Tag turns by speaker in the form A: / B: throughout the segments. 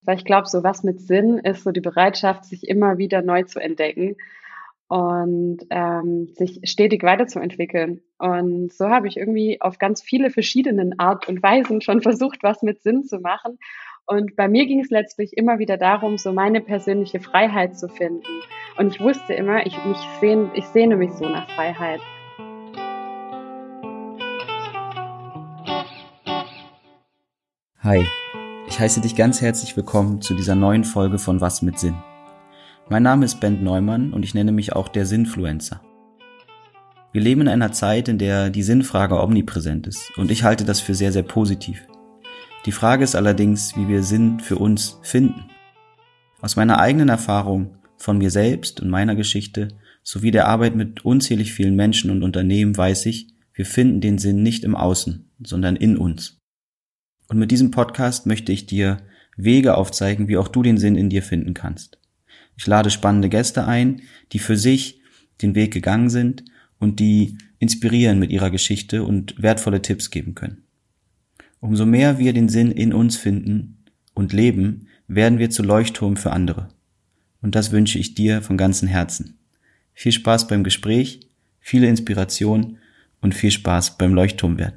A: Weil ich glaube, so was mit Sinn ist so die Bereitschaft, sich immer wieder neu zu entdecken und sich stetig weiterzuentwickeln. Und so habe ich irgendwie auf ganz viele verschiedenen Art und Weisen schon versucht, was mit Sinn zu machen. Und bei mir ging es letztlich immer wieder darum, so meine persönliche Freiheit zu finden. Und ich wusste immer, ich sehne mich so nach Freiheit.
B: Hi, ich heiße dich ganz herzlich willkommen zu dieser neuen Folge von Was mit Sinn. Mein Name ist Ben Neumann und ich nenne mich auch der Sinnfluencer. Wir leben in einer Zeit, in der die Sinnfrage omnipräsent ist und ich halte das für sehr, sehr positiv. Die Frage ist allerdings, wie wir Sinn für uns finden. Aus meiner eigenen Erfahrung, von mir selbst und meiner Geschichte sowie der Arbeit mit unzählig vielen Menschen und Unternehmen weiß ich, wir finden den Sinn nicht im Außen, sondern in uns. Und mit diesem Podcast möchte ich dir Wege aufzeigen, wie auch du den Sinn in dir finden kannst. Ich lade spannende Gäste ein, die für sich den Weg gegangen sind und die inspirieren mit ihrer Geschichte und wertvolle Tipps geben können. Umso mehr wir den Sinn in uns finden und leben, werden wir zu Leuchtturm für andere. Und das wünsche ich dir von ganzem Herzen. Viel Spaß beim Gespräch, viele Inspiration und viel Spaß beim Leuchtturm werden.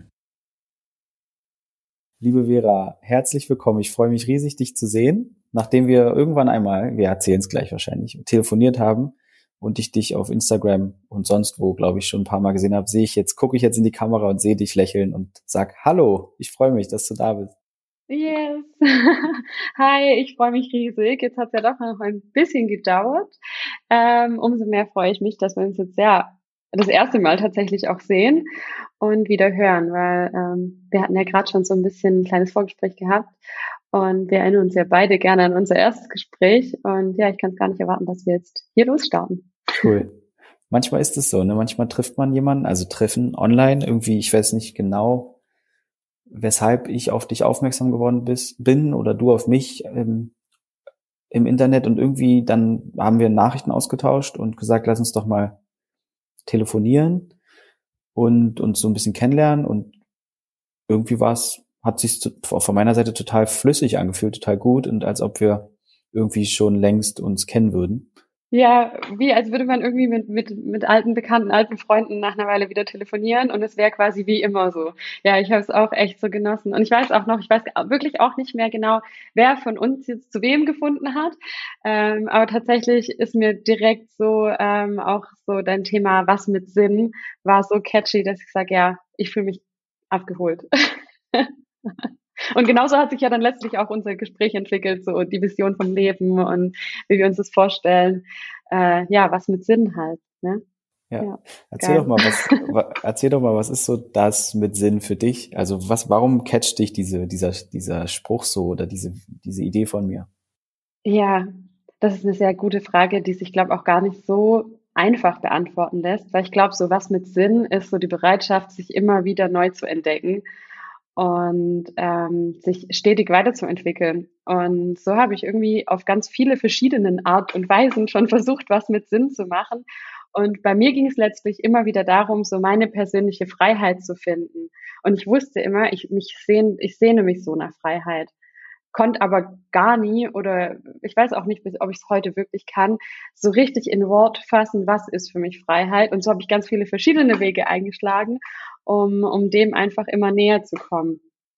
B: Liebe Vera, herzlich willkommen. Ich freue mich riesig, dich zu sehen. Nachdem wir irgendwann einmal, wir erzählen es gleich wahrscheinlich, telefoniert haben und ich dich auf Instagram und sonst wo, glaube ich, schon ein paar Mal gesehen habe, gucke ich jetzt in die Kamera und sehe dich lächeln und sag Hallo, ich freue mich, dass du da bist.
A: Yes. Hi, ich freue mich riesig. Jetzt hat es ja doch noch ein bisschen gedauert. Umso mehr freue ich mich, dass wir uns jetzt das erste Mal tatsächlich auch sehen und wieder hören, weil wir hatten ja gerade schon so ein bisschen ein kleines Vorgespräch gehabt und wir erinnern uns ja beide gerne an unser erstes Gespräch und ja, ich kann es gar nicht erwarten, dass wir jetzt hier losstarten.
B: Cool. Manchmal ist es so, ne? Manchmal trifft man jemanden, also treffen online irgendwie, ich weiß nicht genau, weshalb ich auf dich aufmerksam geworden bin oder du auf mich im Internet und irgendwie dann haben wir Nachrichten ausgetauscht und gesagt, lass uns doch mal telefonieren und uns so ein bisschen kennenlernen und irgendwie hat sich von meiner Seite total flüssig angefühlt, total gut und als ob wir irgendwie schon längst uns kennen würden.
A: Ja, wie als würde man irgendwie mit alten Bekannten, alten Freunden nach einer Weile wieder telefonieren und es wäre quasi wie immer so. Ja, ich habe es auch echt so genossen. Und ich weiß wirklich auch nicht mehr genau, wer von uns jetzt zu wem gefunden hat. Aber tatsächlich ist mir direkt so auch so dein Thema, was mit Sinn, war so catchy, dass ich sage, ja, ich fühle mich abgeholt. Und genauso hat sich ja dann letztlich auch unser Gespräch entwickelt, so die Vision vom Leben und wie wir uns das vorstellen. Ja, was mit Sinn halt. Ne?
B: Ja. Erzähl doch mal, was ist so das mit Sinn für dich? Also warum catcht dich dieser Spruch so oder diese Idee von mir?
A: Ja, das ist eine sehr gute Frage, die sich, glaube ich, auch gar nicht so einfach beantworten lässt, weil ich glaube, so was mit Sinn ist so die Bereitschaft, sich immer wieder neu zu entdecken und sich stetig weiterzuentwickeln. Und so habe ich irgendwie auf ganz viele verschiedenen Art und Weisen schon versucht, was mit Sinn zu machen. Und bei mir ging es letztlich immer wieder darum, so meine persönliche Freiheit zu finden. Und ich wusste immer, ich sehne mich so nach Freiheit, konnte aber gar nie oder ich weiß auch nicht, ob ich es heute wirklich kann, so richtig in Wort fassen, was ist für mich Freiheit. Und so habe ich ganz viele verschiedene Wege eingeschlagen, um dem einfach immer näher zu kommen.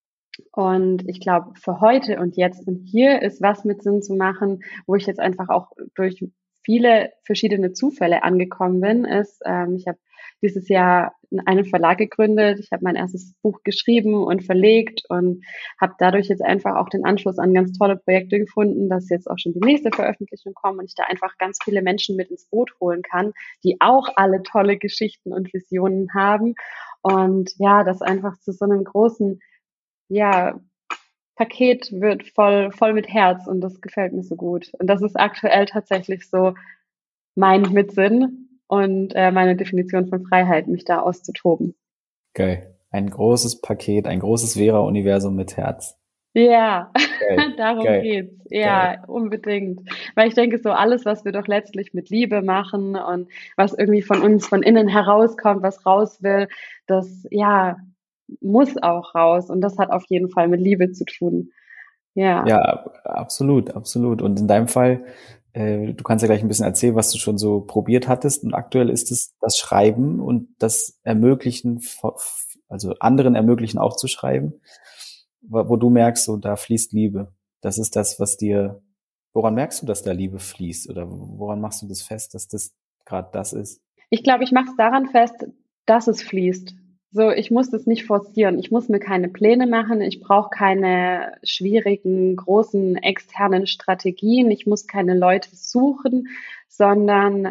A: Und ich glaube, für heute und jetzt und hier ist was mit Sinn zu machen, wo ich jetzt einfach auch durch viele verschiedene Zufälle angekommen bin, ich habe dieses Jahr einen Verlag gegründet, ich habe mein erstes Buch geschrieben und verlegt und habe dadurch jetzt einfach auch den Anschluss an ganz tolle Projekte gefunden, dass jetzt auch schon die nächste Veröffentlichung kommt und ich da einfach ganz viele Menschen mit ins Boot holen kann, die auch alle tolle Geschichten und Visionen haben und ja, das einfach zu so einem großen, ja, Paket wird voll mit Herz und das gefällt mir so gut. Und das ist aktuell tatsächlich so mein Mitsinn und meine Definition von Freiheit, mich da auszutoben.
B: Geil. Ein großes Paket, ein großes Vera-Universum mit Herz.
A: Ja,
B: Geil.
A: darum
B: Geil.
A: geht's. Ja,
B: Geil.
A: Unbedingt. Weil ich denke, so alles, was wir doch letztlich mit Liebe machen und was irgendwie von uns von innen herauskommt, was raus will, das, ja, muss auch raus. Und das hat auf jeden Fall mit Liebe zu tun. Ja.
B: Ja, absolut, absolut. Und in deinem Fall, du kannst ja gleich ein bisschen erzählen, was du schon so probiert hattest. Und aktuell ist es das Schreiben und das Ermöglichen, also anderen ermöglichen auch zu schreiben, wo du merkst, so da fließt Liebe. Das ist das, woran merkst du, dass da Liebe fließt? Oder woran machst du das fest, dass das gerade das ist?
A: Ich glaube, ich mache es daran fest, dass es fließt. So, ich muss das nicht forcieren. Ich muss mir keine Pläne machen. Ich brauche keine schwierigen, großen externen Strategien. Ich muss keine Leute suchen, sondern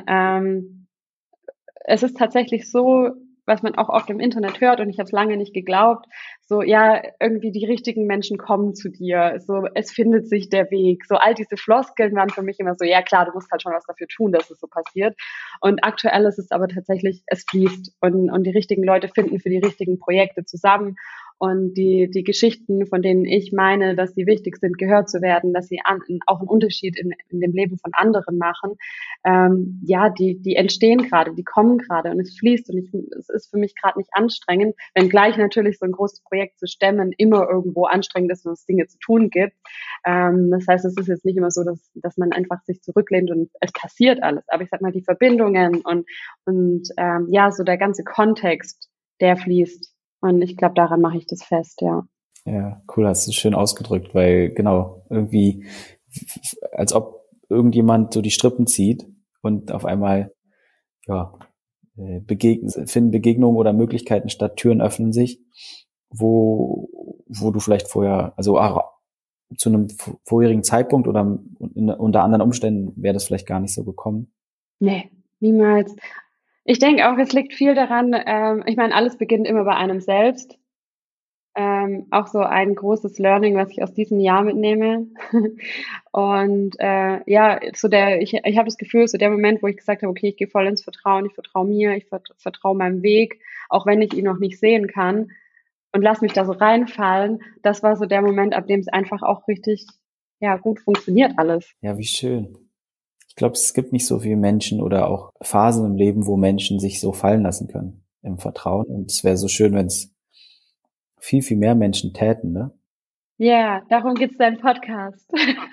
A: es ist tatsächlich so, was man auch oft im Internet hört, und ich habe es lange nicht geglaubt, so, ja, irgendwie die richtigen Menschen kommen zu dir, so, es findet sich der Weg. So, all diese Floskeln waren für mich immer so, ja klar, du musst halt schon was dafür tun, dass es so passiert. Und aktuell ist es aber tatsächlich, es fließt, und die richtigen Leute finden für die richtigen Projekte zusammen. Und die Geschichten, von denen ich meine, dass sie wichtig sind, gehört zu werden, dass sie auch einen Unterschied in dem Leben von anderen machen, ja, die entstehen gerade, die kommen gerade, und es fließt, und es ist für mich gerade nicht anstrengend, wenngleich natürlich so ein großes Projekt zu stemmen immer irgendwo anstrengend ist und es Dinge zu tun gibt. Das heißt, es ist jetzt nicht immer so, dass man einfach sich zurücklehnt und es passiert alles. Aber ich sag mal, die Verbindungen und ja, so der ganze Kontext, der fließt. Und ich glaube, daran mache ich das fest, ja.
B: Ja, cool, hast du es schön ausgedrückt, weil genau, irgendwie, als ob irgendjemand so die Strippen zieht und auf einmal, ja, finden Begegnungen oder Möglichkeiten statt, Türen öffnen sich, wo du vielleicht vorher, also zu einem vorherigen Zeitpunkt oder unter anderen Umständen wäre das vielleicht gar nicht so gekommen.
A: Nee, niemals. Ich denke auch, es liegt viel daran, ich meine, alles beginnt immer bei einem selbst. Auch so ein großes Learning, was ich aus diesem Jahr mitnehme. Und ja, ich habe das Gefühl, so der Moment, wo ich gesagt habe, okay, ich gehe voll ins Vertrauen, ich vertraue mir, ich vertraue meinem Weg, auch wenn ich ihn noch nicht sehen kann, und lass mich da so reinfallen, das war so der Moment, ab dem es einfach auch richtig, ja, gut funktioniert alles.
B: Ja, wie schön. Ich glaube, es gibt nicht so viele Menschen oder auch Phasen im Leben, wo Menschen sich so fallen lassen können im Vertrauen. Und es wäre so schön, wenn es viel, viel mehr Menschen täten, ne?
A: Ja, darum geht's dein Podcast.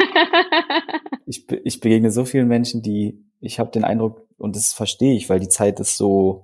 B: Ich begegne so vielen Menschen, ich habe den Eindruck, und das verstehe ich, weil die Zeit ist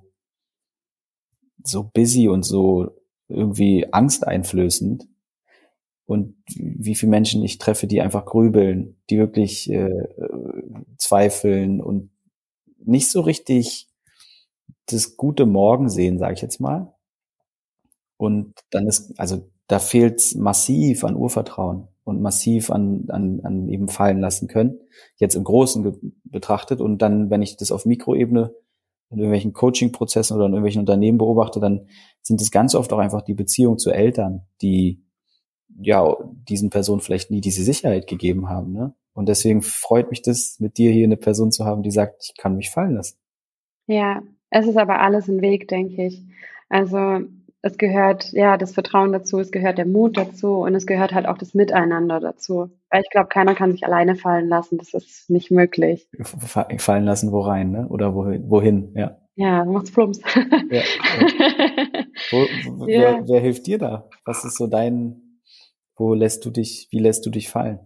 B: so busy und so irgendwie angsteinflößend. Und wie viele Menschen ich treffe, die einfach grübeln, die wirklich zweifeln und nicht so richtig das gute Morgen sehen, sage ich jetzt mal. Und dann also da fehlt's massiv an Urvertrauen und massiv an eben fallen lassen können, jetzt im Großen betrachtet. Und dann, wenn ich das auf Mikroebene in irgendwelchen Coaching-Prozessen oder in irgendwelchen Unternehmen beobachte, dann sind es ganz oft auch einfach die Beziehungen zu Eltern, die ja diesen Personen vielleicht nie diese Sicherheit gegeben haben. Ne? Und deswegen freut mich das, mit dir hier eine Person zu haben, die sagt, ich kann mich fallen lassen.
A: Ja, es ist aber alles ein Weg, denke ich. Also, es gehört, ja, das Vertrauen dazu, es gehört der Mut dazu, und es gehört halt auch das Miteinander dazu. Weil ich glaube, keiner kann sich alleine fallen lassen. Das ist nicht möglich.
B: Fallen lassen, wo rein, ne? Oder wohin, ja.
A: Ja, du machst Plumps.
B: Ja, ja.
A: Ja.
B: Wer hilft dir da? Was ist so wie lässt du dich fallen?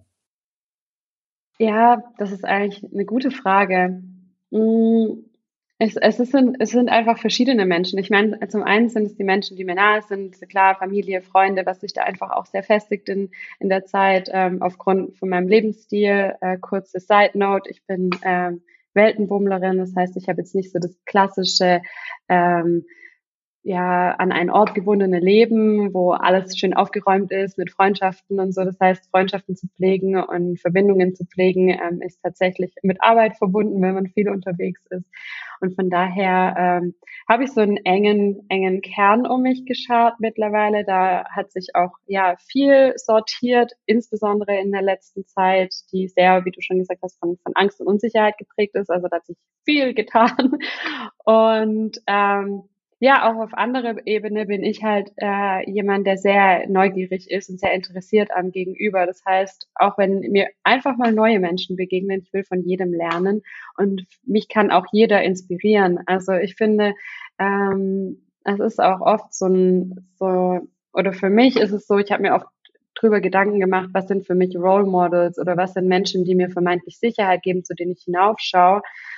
A: Ja, das ist eigentlich eine gute Frage. Hm, es sind einfach verschiedene Menschen. Ich meine, zum einen sind es die Menschen, die mir nahe sind, klar, Familie, Freunde, was sich da einfach auch sehr festigt in der Zeit, aufgrund von meinem Lebensstil. Kurze Side Note, ich bin Weltenbummlerin, das heißt, ich habe jetzt nicht so das klassische ähm, ja, an einen Ort gebundene Leben, wo alles schön aufgeräumt ist mit Freundschaften und so. Das heißt, Freundschaften zu pflegen und Verbindungen zu pflegen, ist tatsächlich mit Arbeit verbunden, wenn man viel unterwegs ist. Und von daher habe ich so einen engen Kern um mich geschart mittlerweile. Da hat sich auch ja viel sortiert, insbesondere in der letzten Zeit, die sehr, wie du schon gesagt hast, von Angst und Unsicherheit geprägt ist. Also da hat sich viel getan. Und ja, auch auf anderer Ebene bin ich halt jemand, der sehr neugierig ist und sehr interessiert am Gegenüber. Das heißt, auch wenn mir einfach mal neue Menschen begegnen, ich will von jedem lernen, und mich kann auch jeder inspirieren. Also ich finde, es ist auch oft oder für mich ist es so, ich habe mir oft drüber Gedanken gemacht, was sind für mich Role Models oder was sind Menschen, die mir vermeintlich Sicherheit geben, zu denen ich hinaufschaue.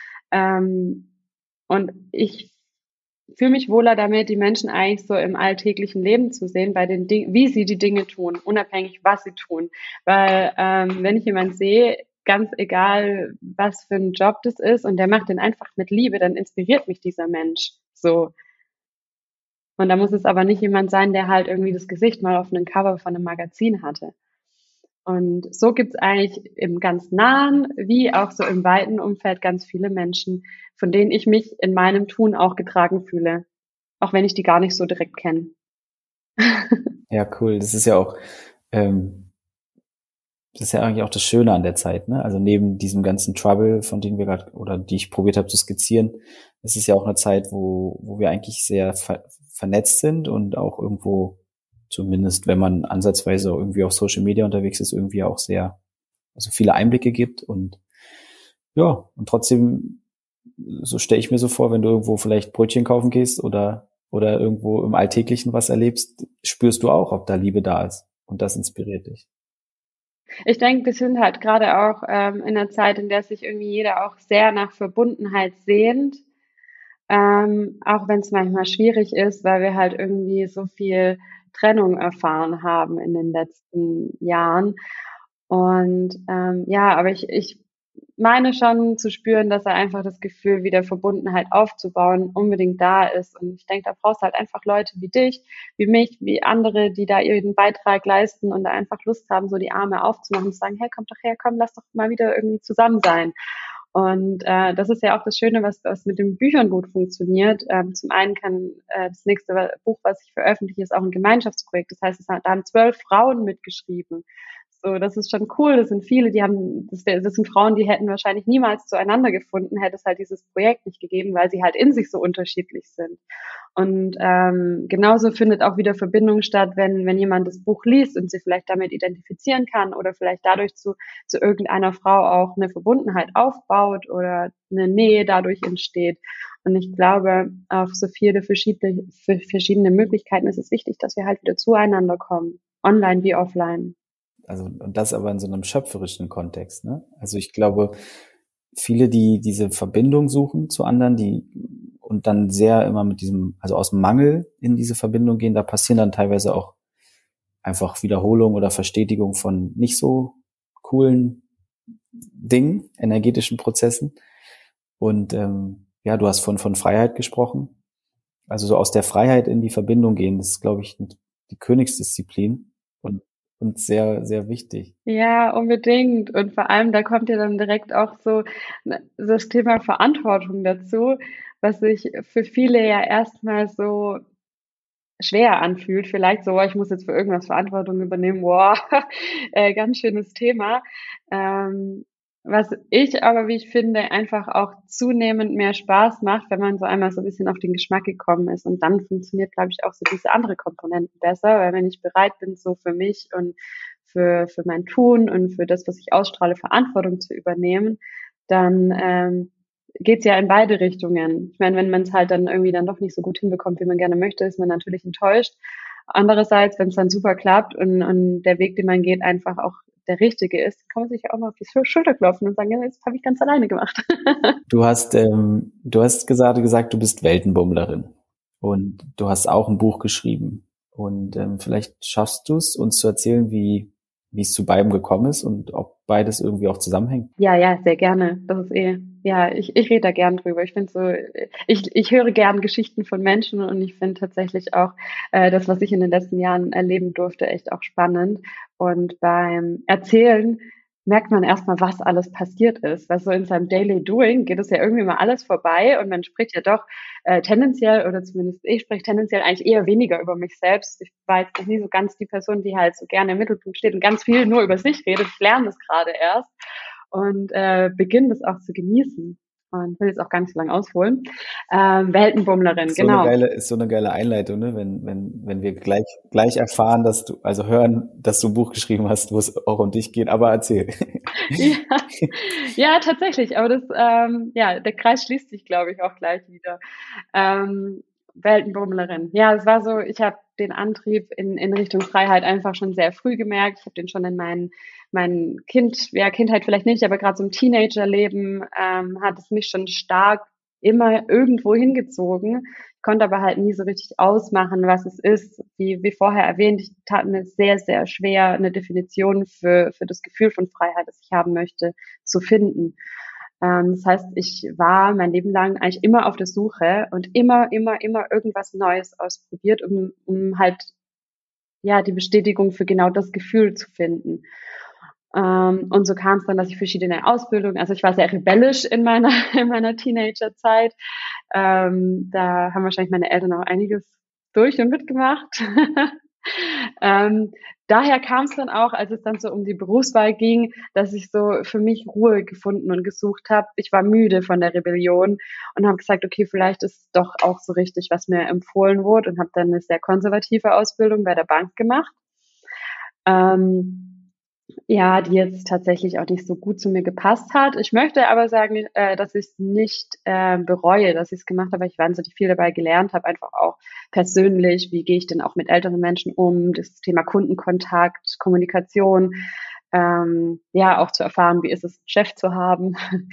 A: Und ich fühle mich wohler damit, die Menschen eigentlich so im alltäglichen Leben zu sehen, bei den Dingen, wie sie die Dinge tun, unabhängig, was sie tun. Weil wenn ich jemanden sehe, ganz egal, was für ein Job das ist, und der macht den einfach mit Liebe, dann inspiriert mich dieser Mensch so. Und da muss es aber nicht jemand sein, der halt irgendwie das Gesicht mal auf einem Cover von einem Magazin hatte. Und so gibt es eigentlich im ganz nahen wie auch so im weiten Umfeld ganz viele Menschen, von denen ich mich in meinem Tun auch getragen fühle, auch wenn ich die gar nicht so direkt kenne.
B: Ja, cool. Das ist ja eigentlich auch das Schöne an der Zeit, ne? Also neben diesem ganzen Trouble, von denen wir gerade oder die ich probiert habe zu skizzieren, ist es ja auch eine Zeit, wo wir eigentlich sehr vernetzt sind und auch irgendwo, zumindest wenn man ansatzweise irgendwie auf Social Media unterwegs ist, irgendwie auch sehr, also viele Einblicke gibt und ja, und trotzdem, so stelle ich mir so vor, wenn du irgendwo vielleicht Brötchen kaufen gehst oder irgendwo im Alltäglichen was erlebst, spürst du auch, ob da Liebe da ist und das inspiriert dich.
A: Ich denke, wir sind halt gerade auch in einer Zeit, in der sich irgendwie jeder auch sehr nach Verbundenheit sehnt, auch wenn es manchmal schwierig ist, weil wir halt irgendwie so viel Trennung erfahren haben in den letzten Jahren. Und ja, aber ich meine schon zu spüren, dass er einfach das Gefühl, wieder Verbundenheit aufzubauen, unbedingt da ist. Und ich denke, da brauchst du halt einfach Leute wie dich, wie mich, wie andere, die da ihren Beitrag leisten und da einfach Lust haben, so die Arme aufzumachen und zu sagen, hey, komm doch her, komm, lass doch mal wieder irgendwie zusammen sein. Und das ist ja auch das Schöne, was mit den Büchern gut funktioniert. Zum einen kann das nächste Buch, was ich veröffentliche, ist auch ein Gemeinschaftsprojekt. Das heißt, da haben 12 Frauen mitgeschrieben. So, das ist schon cool. Das sind viele, das sind Frauen, die hätten wahrscheinlich niemals zueinander gefunden, hätte es halt dieses Projekt nicht gegeben, weil sie halt in sich so unterschiedlich sind. Und genauso findet auch wieder Verbindung statt, wenn jemand das Buch liest und sich vielleicht damit identifizieren kann oder vielleicht dadurch zu irgendeiner Frau auch eine Verbundenheit aufbaut oder eine Nähe dadurch entsteht. Und ich glaube, auf so viele verschiedene Möglichkeiten ist es wichtig, dass wir halt wieder zueinander kommen, online wie offline.
B: Also, und das aber in so einem schöpferischen Kontext, ne? Also ich glaube, viele, die diese Verbindung suchen zu anderen, die und dann sehr immer mit diesem, also aus dem Mangel in diese Verbindung gehen, da passieren dann teilweise auch einfach Wiederholung oder Verstetigung von nicht so coolen Dingen, energetischen Prozessen. Und ja, du hast von Freiheit gesprochen. Also so aus der Freiheit in die Verbindung gehen, das ist, glaube ich, die Königsdisziplin und sehr, sehr wichtig.
A: Ja, unbedingt. Und vor allem, da kommt ja dann direkt auch so das Thema Verantwortung dazu, was sich für viele ja erstmal so schwer anfühlt. Vielleicht so, ich muss jetzt für irgendwas Verantwortung übernehmen. Wow, ganz schönes Thema. Was ich aber, wie ich finde, einfach auch zunehmend mehr Spaß macht, wenn man so einmal so ein bisschen auf den Geschmack gekommen ist. Und dann funktioniert, glaube ich, auch so diese andere Komponenten besser, weil wenn ich bereit bin, so für mich und für mein Tun und für das, was ich ausstrahle, Verantwortung zu übernehmen, dann geht's ja in beide Richtungen. Ich meine, wenn man es halt dann irgendwie dann doch nicht so gut hinbekommt, wie man gerne möchte, ist man natürlich enttäuscht. Andererseits, wenn es dann super klappt und der Weg, den man geht, einfach auch der richtige ist, kann man sich ja auch mal auf die Schulter klopfen und sagen, ja, das habe ich ganz alleine gemacht.
B: Du hast gesagt, du bist Weltenbummlerin und du hast auch ein Buch geschrieben. Und vielleicht schaffst du es, uns zu erzählen, wie es zu beidem gekommen ist und ob beides irgendwie auch zusammenhängt.
A: Ja, sehr gerne. Das ist ja, ich rede da gern drüber. Ich finde so, ich höre gern Geschichten von Menschen und ich finde tatsächlich auch das, was ich in den letzten Jahren erleben durfte, echt auch spannend. Und beim Erzählen merkt man erstmal, was alles passiert ist. Weil so in seinem Daily Doing geht es ja irgendwie mal alles vorbei und man spricht ja doch tendenziell, oder zumindest ich spreche tendenziell eigentlich eher weniger über mich selbst. Ich war jetzt noch nie so ganz die Person, die halt so gerne im Mittelpunkt steht und ganz viel nur über sich redet. Ich lerne das gerade erst und beginne das auch zu genießen. Und will jetzt auch gar nicht so lange ausholen. Weltenbummlerin,
B: Ist
A: genau.
B: Ist so eine geile Einleitung, ne? Wenn wir gleich erfahren, also hören, dass du ein Buch geschrieben hast, wo es auch um dich geht, aber erzähl.
A: Ja, ja, tatsächlich. Aber das, ja, der Kreis schließt sich, glaube ich, auch gleich wieder. Weltenbummlerin. Ja, es war so, ich habe den Antrieb in Richtung Freiheit einfach schon sehr früh gemerkt. Ich habe den schon in mein Kindheit vielleicht nicht, aber gerade so im Teenagerleben hat es mich schon stark immer irgendwo hingezogen. Ich konnte aber halt nie so richtig ausmachen, was es ist. Wie vorher erwähnt, ich tat mir sehr, sehr schwer, eine Definition für das Gefühl von Freiheit, das ich haben möchte, zu finden. Das heißt, ich war mein Leben lang eigentlich immer auf der Suche und immer irgendwas Neues ausprobiert, um halt ja die Bestätigung für genau das Gefühl zu finden. Und so kam es dann, dass ich verschiedene Ausbildungen, also ich war sehr rebellisch in meiner in meiner Teenagerzeit. Da haben wahrscheinlich meine Eltern auch einiges durch und mitgemacht. Ähm, Daher kam es dann auch, als es dann so um die Berufswahl ging, dass ich so für mich Ruhe gefunden und gesucht habe. Ich war müde von der Rebellion und habe gesagt, okay, vielleicht ist es doch auch so richtig, was mir empfohlen wurde, und habe dann eine sehr konservative Ausbildung bei der Bank gemacht. Ähm, ja, die jetzt tatsächlich auch nicht so gut zu mir gepasst hat. Ich möchte aber sagen, dass ich es nicht bereue, dass ich es gemacht habe, weil ich wahnsinnig viel dabei gelernt habe, einfach auch persönlich, wie gehe ich denn auch mit älteren Menschen um, das Thema Kundenkontakt, Kommunikation, ja, auch zu erfahren, wie ist es, einen Chef zu haben.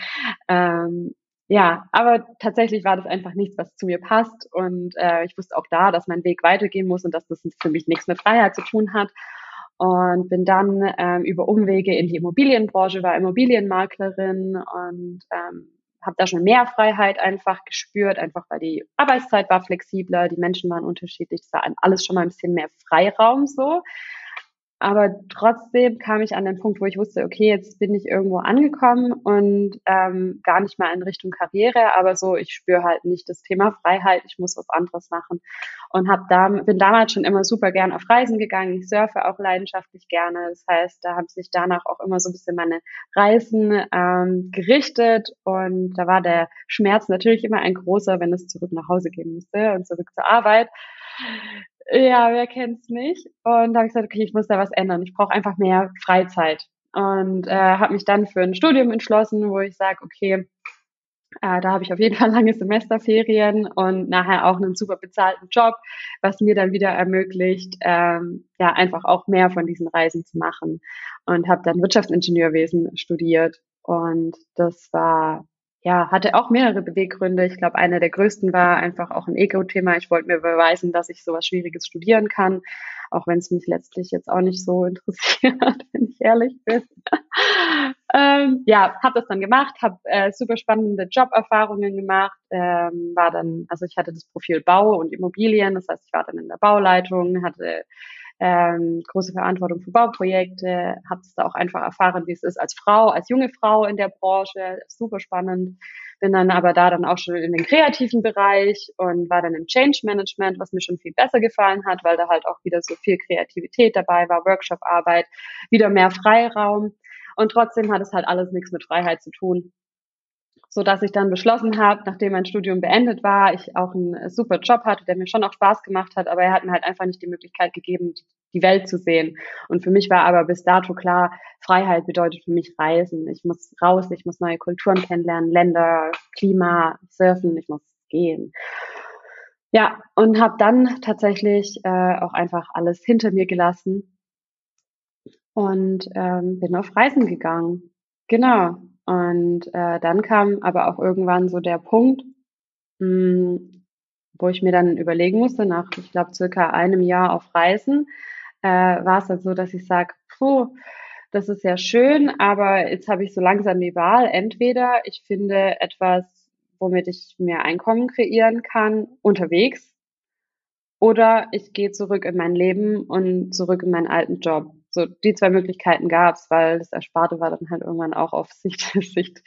A: Ja, aber tatsächlich war das einfach nichts, was zu mir passt, und ich wusste auch da, dass mein Weg weitergehen muss und dass das für mich nichts mit Freiheit zu tun hat. Und bin dann über Umwege in die Immobilienbranche, war Immobilienmaklerin und habe da schon mehr Freiheit einfach gespürt, einfach weil die Arbeitszeit war flexibler, die Menschen waren unterschiedlich, es war alles schon mal ein bisschen mehr Freiraum so. Aber trotzdem kam ich an den Punkt, wo ich wusste, okay, jetzt bin ich irgendwo angekommen und gar nicht mal in Richtung Karriere, aber so, ich spüre halt nicht das Thema Freiheit, ich muss was anderes machen. Und bin damals schon immer super gern auf Reisen gegangen. Ich surfe auch leidenschaftlich gerne. Das heißt, da haben sich danach auch immer so ein bisschen meine Reisen gerichtet. Und da war der Schmerz natürlich immer ein großer, wenn es zurück nach Hause gehen musste und zurück zur Arbeit. Ja, wer kennt's nicht? Und da habe ich gesagt, okay, ich muss da was ändern. Ich brauche einfach mehr Freizeit. Und habe mich dann für ein Studium entschlossen, wo ich sage, okay, da habe ich auf jeden Fall lange Semesterferien und nachher auch einen super bezahlten Job, was mir dann wieder ermöglicht, ja, einfach auch mehr von diesen Reisen zu machen. Und habe dann Wirtschaftsingenieurwesen studiert. Und das war, ja, hatte auch mehrere Beweggründe. Ich glaube, einer der größten war einfach auch ein Ego-Thema. Ich wollte mir beweisen, dass ich sowas Schwieriges studieren kann, auch wenn es mich letztlich jetzt auch nicht so interessiert, wenn ich ehrlich bin. Ja, habe das dann gemacht, habe super spannende Joberfahrungen gemacht, war dann, also ich hatte das Profil Bau und Immobilien, das heißt, ich war dann in der Bauleitung, hatte große Verantwortung für Bauprojekte, habe es da auch einfach erfahren, wie es ist als Frau, als junge Frau in der Branche, super spannend. Bin dann aber da dann auch schon in den kreativen Bereich und war dann im Change Management, was mir schon viel besser gefallen hat, weil da halt auch wieder so viel Kreativität dabei war, Workshop-Arbeit, wieder mehr Freiraum. Und trotzdem hat es halt alles nichts mit Freiheit zu tun, so dass ich dann beschlossen habe, nachdem mein Studium beendet war, ich auch einen super Job hatte, der mir schon auch Spaß gemacht hat, aber er hat mir halt einfach nicht die Möglichkeit gegeben, die Welt zu sehen. Und für mich war aber bis dato klar, Freiheit bedeutet für mich Reisen. Ich muss raus, ich muss neue Kulturen kennenlernen, Länder, Klima, surfen, ich muss gehen. Ja, und habe dann tatsächlich auch einfach alles hinter mir gelassen und bin auf Reisen gegangen. Genau. Und dann kam aber auch irgendwann so der Punkt, mh, wo ich mir dann überlegen musste, nach, ich glaube, circa einem Jahr auf Reisen, war es dann so, dass ich sage, puh, das ist ja schön, aber jetzt habe ich so langsam die Wahl. Entweder ich finde etwas, womit ich mehr Einkommen kreieren kann, unterwegs, oder ich gehe zurück in mein Leben und zurück in meinen alten Job. So, die 2 Möglichkeiten gab's, weil das Ersparte war dann halt irgendwann auch auf Sicht.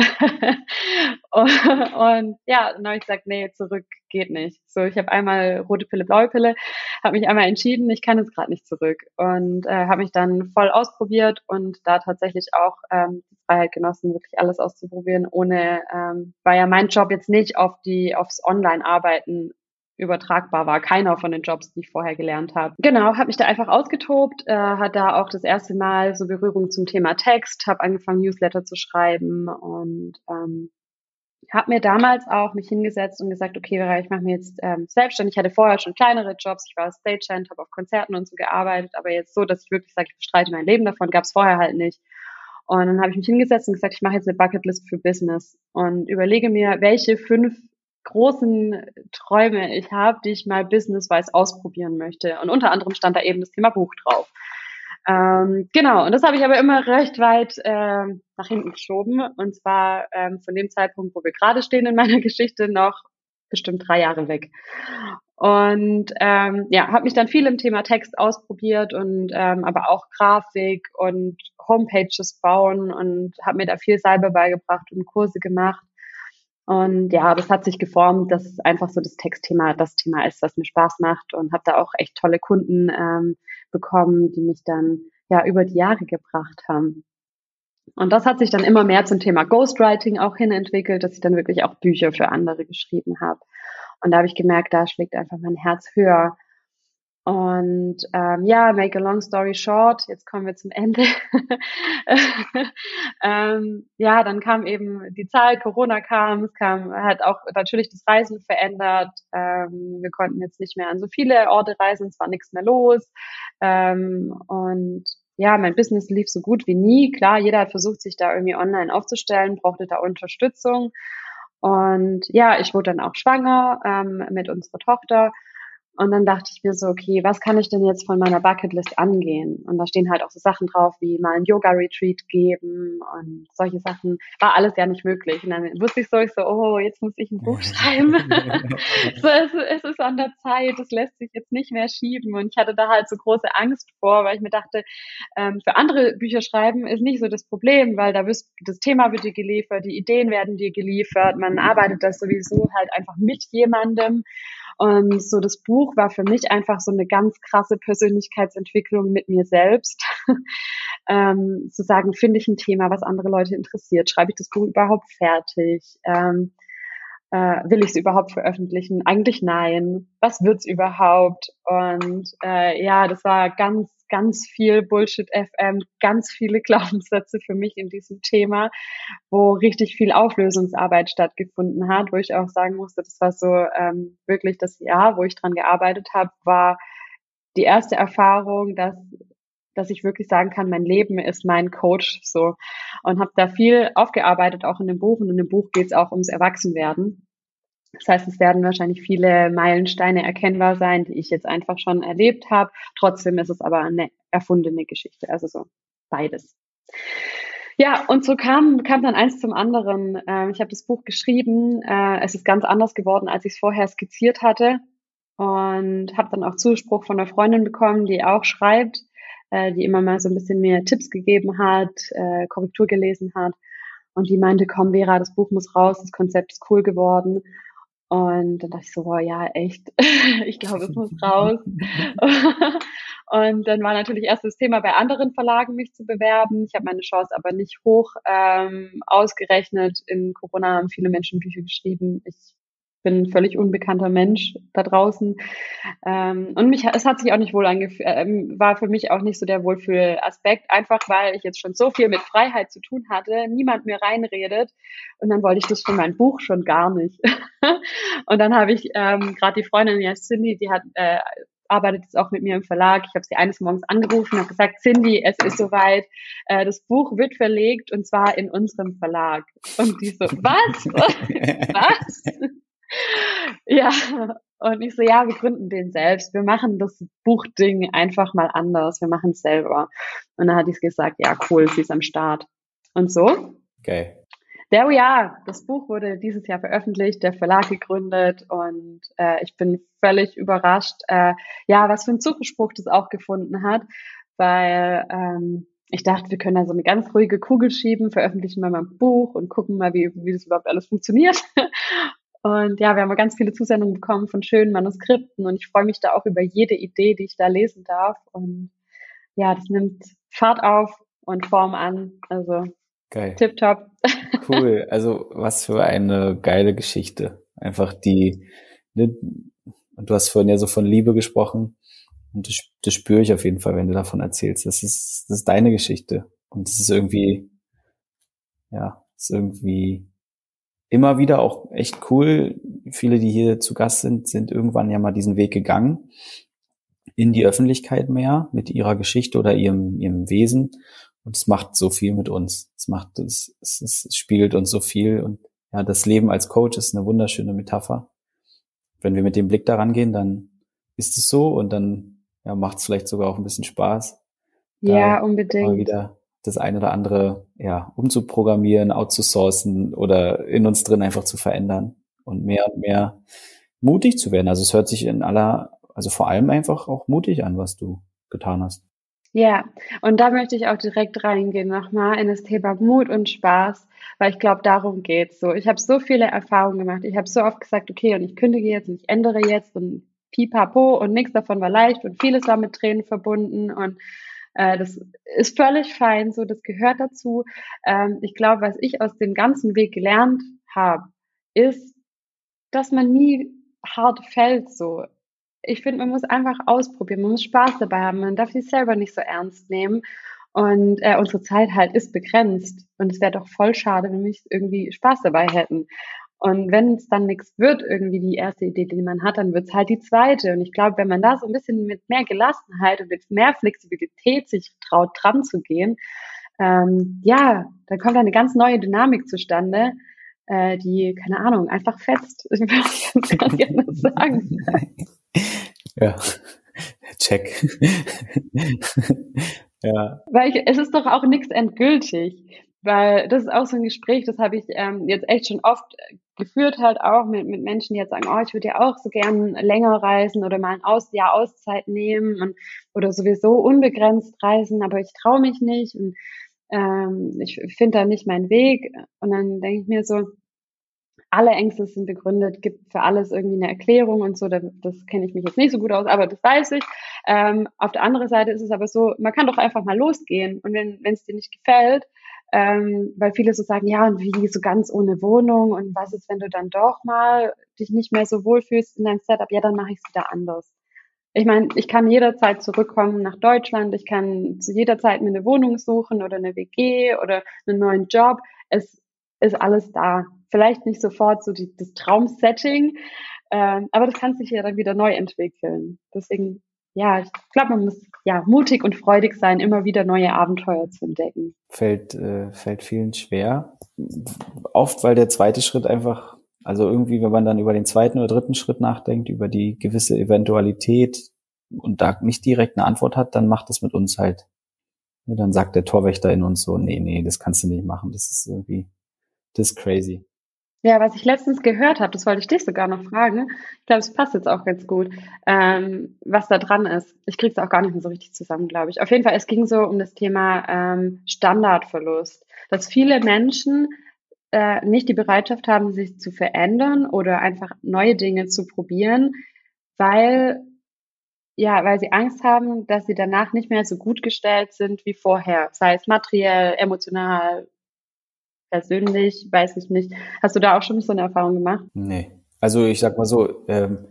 A: Und ja, dann habe ich gesagt, nee, zurück geht nicht. So, ich habe einmal rote Pille, blaue Pille, habe mich einmal entschieden, ich kann jetzt gerade nicht zurück, und habe mich dann voll ausprobiert und da tatsächlich auch die Freiheit genossen, wirklich alles auszuprobieren, ohne, weil ja mein Job jetzt nicht aufs Online-Arbeiten übertragbar war. Keiner von den Jobs, die ich vorher gelernt habe. Genau, habe mich da einfach ausgetobt, hat da auch das erste Mal so Berührung zum Thema Text, habe angefangen, Newsletter zu schreiben und habe mir damals auch mich hingesetzt und gesagt, okay, ich mache mir jetzt selbstständig. Ich hatte vorher schon kleinere Jobs. Ich war Stagehand, habe auf Konzerten und so gearbeitet, aber jetzt so, dass ich wirklich sage, ich bestreite mein Leben davon, gab es vorher halt nicht. Und dann habe ich mich hingesetzt und gesagt, ich mache jetzt eine Bucketlist für Business und überlege mir, welche 5 großen Träume ich habe, die ich mal businesswise ausprobieren möchte. Und unter anderem stand da eben das Thema Buch drauf. Genau, und das habe ich aber immer recht weit nach hinten geschoben. Und zwar von dem Zeitpunkt, wo wir gerade stehen in meiner Geschichte, noch bestimmt 3 Jahre weg. Und ja, habe mich dann viel im Thema Text ausprobiert und aber auch Grafik und Homepages bauen und habe mir da viel selber beigebracht und Kurse gemacht. Und ja, das hat sich geformt, dass es einfach so das Textthema das Thema ist, was mir Spaß macht und habe da auch echt tolle Kunden bekommen, die mich dann ja über die Jahre gebracht haben. Und das hat sich dann immer mehr zum Thema Ghostwriting auch hin entwickelt, dass ich dann wirklich auch Bücher für andere geschrieben habe. Und da habe ich gemerkt, da schlägt einfach mein Herz höher. Und ja, make a long story short, jetzt kommen wir zum Ende. Ja, dann kam eben die Zeit, Corona kam, es kam halt auch natürlich das Reisen verändert. Wir konnten jetzt nicht mehr an so viele Orte reisen, es war nichts mehr los. Und ja, mein Business lief so gut wie nie. Klar, jeder hat versucht, sich da irgendwie online aufzustellen, brauchte da Unterstützung. Und ja, ich wurde dann auch schwanger mit unserer Tochter. Und dann dachte ich mir so, okay, was kann ich denn jetzt von meiner Bucketlist angehen? Und da stehen halt auch so Sachen drauf, wie mal ein Yoga-Retreat geben und solche Sachen. War alles ja nicht möglich. Und dann wusste ich so, oh, jetzt muss ich ein Buch schreiben. So, es ist an der Zeit, es lässt sich jetzt nicht mehr schieben. Und ich hatte da halt so große Angst vor, weil ich mir dachte, für andere Bücher schreiben ist nicht so das Problem, weil das Thema wird dir geliefert, die Ideen werden dir geliefert, man arbeitet das sowieso halt einfach mit jemandem. Und so das Buch war für mich einfach so eine ganz krasse Persönlichkeitsentwicklung mit mir selbst. Zu sagen, finde ich ein Thema, was andere Leute interessiert? Schreibe ich das Buch überhaupt fertig? Will ich es überhaupt veröffentlichen? Eigentlich nein. Was wird's überhaupt? Und ja, das war ganz, ganz viel Bullshit FM, ganz viele Glaubenssätze für mich in diesem Thema, wo richtig viel Auflösungsarbeit stattgefunden hat, wo ich auch sagen musste, das war so wirklich das Jahr, wo ich dran gearbeitet habe, war die erste Erfahrung, dass ich wirklich sagen kann, mein Leben ist mein Coach so und habe da viel aufgearbeitet, auch in dem Buch. Und in dem Buch geht es auch ums Erwachsenwerden. Das heißt, es werden wahrscheinlich viele Meilensteine erkennbar sein, die ich jetzt einfach schon erlebt habe. Trotzdem ist es aber eine erfundene Geschichte, also so beides. Ja, und so kam dann eins zum anderen. Ich habe das Buch geschrieben. Es ist ganz anders geworden, als ich es vorher skizziert hatte. Und habe dann auch Zuspruch von einer Freundin bekommen, die auch schreibt, die immer mal so ein bisschen mir Tipps gegeben hat, Korrektur gelesen hat. Und die meinte, komm Vera, das Buch muss raus, das Konzept ist cool geworden. Und dann dachte ich so, wow, ja, echt, ich glaube, es muss raus. Und dann war natürlich erst das Thema bei anderen Verlagen, mich zu bewerben. Ich habe meine Chance aber nicht hoch ausgerechnet. In Corona haben viele Menschen Bücher geschrieben. Ich bin ein völlig unbekannter Mensch da draußen. Und es hat sich auch nicht wohl angefühlt, war für mich auch nicht so der Wohlfühlaspekt, einfach weil ich jetzt schon so viel mit Freiheit zu tun hatte, niemand mir reinredet. Und dann wollte ich das für mein Buch schon gar nicht. Und dann habe ich gerade die Freundin, ja, Cindy, die hat arbeitet jetzt auch mit mir im Verlag. Ich habe sie eines Morgens angerufen und habe gesagt, Cindy, es ist soweit, das Buch wird verlegt und zwar in unserem Verlag. Und die so, was? Was? Ja, und ich so, ja, wir gründen den selbst. Wir machen das Buchding einfach mal anders. Wir machen es selber. Und dann hat sie gesagt, ja, cool, sie ist am Start. Und so.
B: Okay.
A: There we are. Das Buch wurde dieses Jahr veröffentlicht, der Verlag gegründet und ich bin völlig überrascht, ja, was für ein Zuspruch das auch gefunden hat, weil ich dachte, wir können da so eine ganz ruhige Kugel schieben, veröffentlichen wir mal ein Buch und gucken mal, wie das überhaupt alles funktioniert. Und ja, wir haben ganz viele Zusendungen bekommen von schönen Manuskripten und ich freue mich da auch über jede Idee, die ich da lesen darf. Und ja, das nimmt Fahrt auf und Form an. Also
B: Geil.
A: tipptopp.
B: Cool. Also was für eine geile Geschichte. Einfach ne, und du hast vorhin ja so von Liebe gesprochen und das spüre ich auf jeden Fall, wenn du davon erzählst. Das ist deine Geschichte und es ist irgendwie, ja, ist irgendwie immer wieder auch echt cool. Viele, die hier zu Gast sind irgendwann ja mal diesen Weg gegangen in die Öffentlichkeit mehr mit ihrer Geschichte oder ihrem Wesen. Und es macht so viel mit uns. Es spiegelt uns so viel. Und ja, das Leben als Coach ist eine wunderschöne Metapher. Wenn wir mit dem Blick daran gehen, dann ist es so und dann ja, macht es vielleicht sogar auch ein bisschen Spaß, da
A: Ja,
B: mal
A: unbedingt.
B: wieder das eine oder andere ja umzuprogrammieren, outzusourcen oder in uns drin einfach zu verändern und mehr mutig zu werden. Also es hört sich also vor allem einfach auch mutig an, was du getan hast.
A: Ja, und da möchte ich auch direkt reingehen nochmal in das Thema Mut und Spaß, weil ich glaube, darum geht's so. Ich habe so viele Erfahrungen gemacht. Ich habe so oft gesagt, okay, und ich kündige jetzt und ich ändere jetzt und pipapo und nichts davon war leicht und vieles war mit Tränen verbunden und das ist völlig fein, so, das gehört dazu. Ich glaube, was ich aus dem ganzen Weg gelernt habe, ist, dass man nie hart fällt so. Ich finde, man muss einfach ausprobieren, man muss Spaß dabei haben, man darf sich selber nicht so ernst nehmen und, unsere Zeit halt ist begrenzt und es wäre doch voll schade, wenn wir nicht irgendwie Spaß dabei hätten. Und wenn es dann nichts wird, irgendwie die erste Idee, die man hat, dann wird's halt die zweite. Und ich glaube, wenn man da so ein bisschen mit mehr Gelassenheit und mit mehr Flexibilität sich traut, dran zu gehen, ja, dann kommt eine ganz neue Dynamik zustande, die, keine Ahnung, einfach fetzt. Ich würde das ganz gerne sagen.
B: Ja, check. Ja,
A: Weil es ist doch auch nichts endgültig. Weil das ist auch so ein Gespräch, das habe ich jetzt echt schon oft geführt, halt auch mit Menschen, die jetzt sagen, oh, ich würde ja auch so gern länger reisen oder mal ein Jahr Auszeit nehmen und oder sowieso unbegrenzt reisen, aber ich traue mich nicht und ich finde da nicht meinen Weg. Und dann denke ich mir so, alle Ängste sind begründet, gibt für alles irgendwie eine Erklärung und so. Das kenne ich mich jetzt nicht so gut aus, aber das weiß ich. Auf der anderen Seite ist es aber so, man kann doch einfach mal losgehen. Und wenn es dir nicht gefällt, weil viele so sagen, ja, und wie so ganz ohne Wohnung und was ist, wenn du dann doch mal dich nicht mehr so wohlfühlst in deinem Setup, ja, dann mache ich es wieder anders. Ich meine, ich kann jederzeit zurückkommen nach Deutschland, ich kann zu jeder Zeit mir eine Wohnung suchen oder eine WG oder einen neuen Job. Es ist alles da. Vielleicht nicht sofort so das Traumsetting, aber das kann sich ja dann wieder neu entwickeln. Deswegen, ja, ich glaube, man muss ja mutig und freudig sein, immer wieder neue Abenteuer zu entdecken.
B: fällt vielen schwer. Oft, weil der zweite Schritt einfach, also irgendwie, wenn man dann über den zweiten oder dritten Schritt nachdenkt, über die gewisse Eventualität und da nicht direkt eine Antwort hat, dann macht das mit uns halt. Ja, dann sagt der Torwächter in uns so, nee, das kannst du nicht machen. Das ist crazy.
A: Ja, was ich letztens gehört habe, das wollte ich dich sogar noch fragen. Ich glaube, es passt jetzt auch ganz gut, was da dran ist. Ich kriege es auch gar nicht mehr so richtig zusammen, glaube ich. Auf jeden Fall, es ging so um das Thema Standardverlust, dass viele Menschen nicht die Bereitschaft haben, sich zu verändern oder einfach neue Dinge zu probieren, weil weil sie Angst haben, dass sie danach nicht mehr so gut gestellt sind wie vorher, sei es materiell, emotional, persönlich, weiß ich nicht. Hast du da auch schon so eine Erfahrung gemacht?
B: Nee. Also ich sag mal so,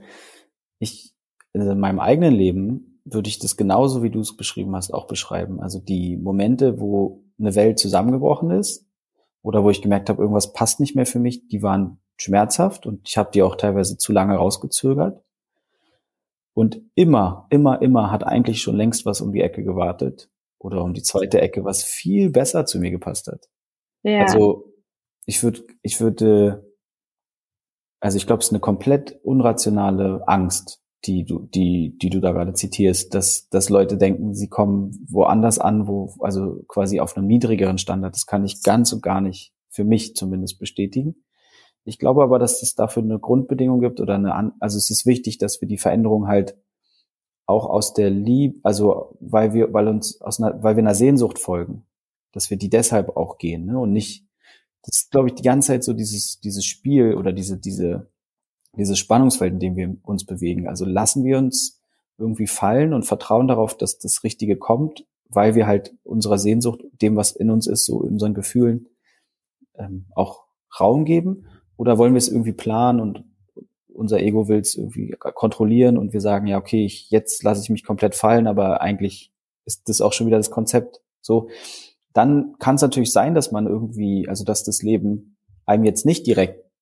B: in meinem eigenen Leben würde ich das genauso, wie du es beschrieben hast, auch beschreiben. Also die Momente, wo eine Welt zusammengebrochen ist oder wo ich gemerkt habe, irgendwas passt nicht mehr für mich, die waren schmerzhaft und ich habe die auch teilweise zu lange rausgezögert. Und immer hat eigentlich schon längst was um die Ecke gewartet oder um die zweite Ecke, was viel besser zu mir gepasst hat.
A: Ja,
B: Also ich würde, also ich glaube, es ist eine komplett unrationale Angst, die du da gerade zitierst, dass Leute denken, sie kommen woanders an, also quasi auf einem niedrigeren Standard. Das kann ich ganz und gar nicht für mich zumindest bestätigen. Ich glaube aber, dass es dafür eine Grundbedingung gibt oder also es ist wichtig, dass wir die Veränderung halt auch aus der Liebe, also weil wir einer Sehnsucht folgen, dass wir die deshalb auch gehen, ne? Und nicht, das ist, glaube ich, die ganze Zeit so dieses Spiel oder dieses Spannungsfeld, in dem wir uns bewegen. Also lassen wir uns irgendwie fallen und vertrauen darauf, dass das Richtige kommt, weil wir halt unserer Sehnsucht, dem, was in uns ist, so unseren Gefühlen auch Raum geben? Oder wollen wir es irgendwie planen und unser Ego will es irgendwie kontrollieren und wir sagen, ja, okay, jetzt lasse ich mich komplett fallen, aber eigentlich ist das auch schon wieder das Konzept. So, dann kann es natürlich sein, dass man irgendwie, also dass das Leben einem jetzt nicht direkt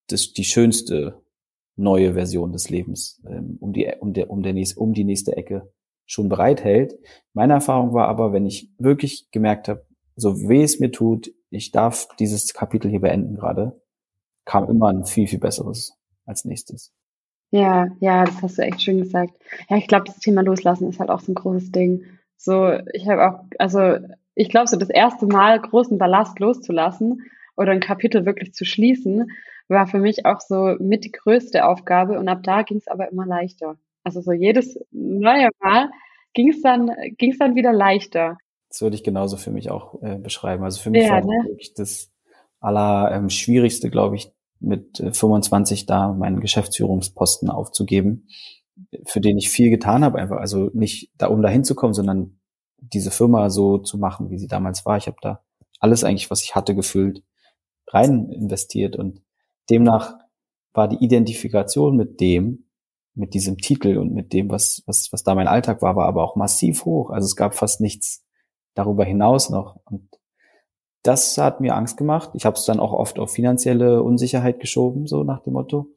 B: die schönste neue Version des Lebens um die nächste Ecke schon bereithält. Meine Erfahrung war aber, wenn ich wirklich gemerkt habe, so weh es mir tut, ich darf dieses Kapitel hier beenden gerade, kam immer ein viel, viel besseres als nächstes.
A: Ja, ja, das hast du echt schön gesagt. Ja, ich glaube, das Thema Loslassen ist halt auch so ein großes Ding. So, ich habe auch, also ich glaube, so das erste Mal großen Ballast loszulassen oder ein Kapitel wirklich zu schließen, war für mich auch so mit die größte Aufgabe und ab da ging es aber immer leichter. Also so jedes neue Mal ging es dann wieder leichter.
B: Das würde ich genauso für mich auch beschreiben. Also für mich war
A: Ja,
B: das
A: ne?
B: wirklich das Schwierigste, glaube ich, mit 25 da meinen Geschäftsführungsposten aufzugeben, für den ich viel getan habe, einfach. Also nicht da, um da hinzukommen, sondern diese Firma so zu machen, wie sie damals war. Ich habe da alles eigentlich, was ich hatte, gefüllt, rein investiert und demnach war die Identifikation mit diesem Titel und mit dem, was da mein Alltag war aber auch massiv hoch. Also es gab fast nichts darüber hinaus noch. Und das hat mir Angst gemacht. Ich habe es dann auch oft auf finanzielle Unsicherheit geschoben, so nach dem Motto.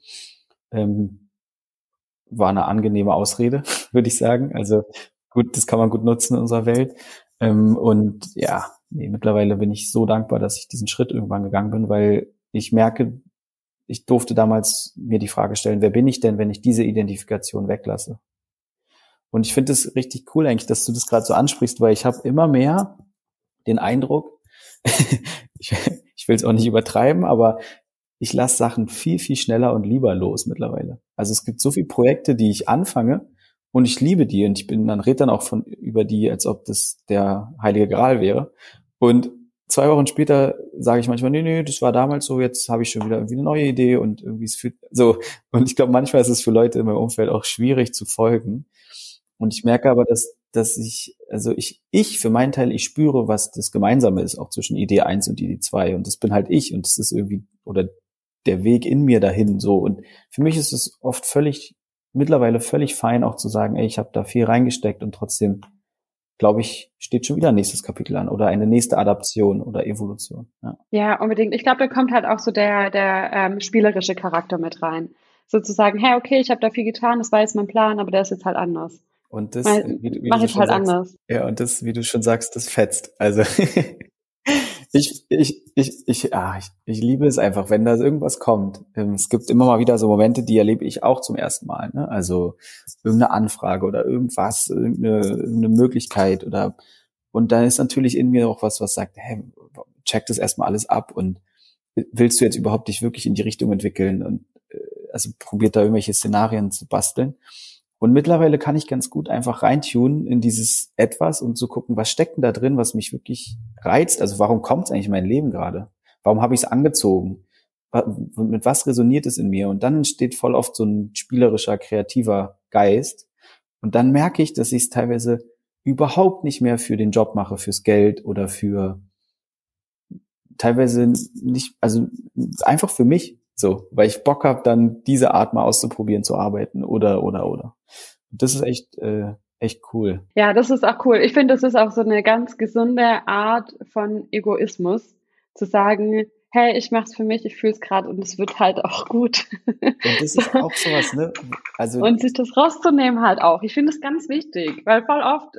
B: War eine angenehme Ausrede, würde ich sagen. Also gut, das kann man gut nutzen in unserer Welt. Und ja, nee, mittlerweile bin ich so dankbar, dass ich diesen Schritt irgendwann gegangen bin, weil ich merke, ich durfte damals mir die Frage stellen, wer bin ich denn, wenn ich diese Identifikation weglasse? Und ich finde es richtig cool eigentlich, dass du das gerade so ansprichst, weil ich habe immer mehr den Eindruck, ich, ich will es auch nicht übertreiben, aber ich lasse Sachen viel, viel schneller und lieber los mittlerweile. Also es gibt so viele Projekte, die ich anfange und ich liebe die und rede dann auch über die, als ob das der Heilige Gral wäre. Und 2 Wochen später sage ich manchmal, nee, das war damals so, jetzt habe ich schon wieder irgendwie eine neue Idee und irgendwie ist so. Und ich glaube, manchmal ist es für Leute in meinem Umfeld auch schwierig zu folgen. Und ich merke aber, dass ich für meinen Teil, ich spüre, was das Gemeinsame ist, auch zwischen Idee 1 und Idee 2. Und das bin halt ich und das ist irgendwie, oder der Weg in mir dahin so. Und für mich ist es oft mittlerweile völlig fein, auch zu sagen, ey, ich habe da viel reingesteckt und trotzdem, glaube ich, steht schon wieder ein nächstes Kapitel an oder eine nächste Adaption oder Evolution. Ja.
A: Ja, unbedingt. Ich glaube, da kommt halt auch so der spielerische Charakter mit rein. Sozusagen, hey, okay, ich habe da viel getan, das war jetzt mein Plan, aber der ist jetzt halt anders.
B: Und das,
A: Mal,
B: wie du
A: mach
B: so
A: jetzt
B: schon
A: halt
B: sagst,
A: anders.
B: ja, und das, wie du schon sagst, das fetzt. Also ich liebe es einfach, wenn da irgendwas kommt. Es gibt immer mal wieder so Momente, die erlebe ich auch zum ersten Mal. Ne? Also irgendeine Anfrage oder irgendwas, irgendeine Möglichkeit und dann ist natürlich in mir auch was sagt, hey, check das erstmal alles ab und willst du jetzt überhaupt dich wirklich in die Richtung entwickeln und also probiert da irgendwelche Szenarien zu basteln. Und mittlerweile kann ich ganz gut einfach reintunen in dieses Etwas und so gucken, was steckt denn da drin, was mich wirklich reizt. Also warum kommt es eigentlich in mein Leben gerade? Warum habe ich es angezogen? Mit was resoniert es in mir? Und dann entsteht voll oft so ein spielerischer, kreativer Geist. Und dann merke ich, dass ich es teilweise überhaupt nicht mehr für den Job mache, fürs Geld oder für teilweise nicht, also einfach für mich so, weil ich Bock habe, dann diese Art mal auszuprobieren zu arbeiten oder. Und das ist echt cool.
A: Ja, das ist auch cool. Ich finde, das ist auch so eine ganz gesunde Art von Egoismus, zu sagen, hey, ich mach's für mich, ich fühle es gerade und es wird halt auch gut.
B: Und das
A: So.
B: ist auch sowas, ne? Also
A: Und sich das rauszunehmen halt auch. Ich finde das ganz wichtig, weil voll oft,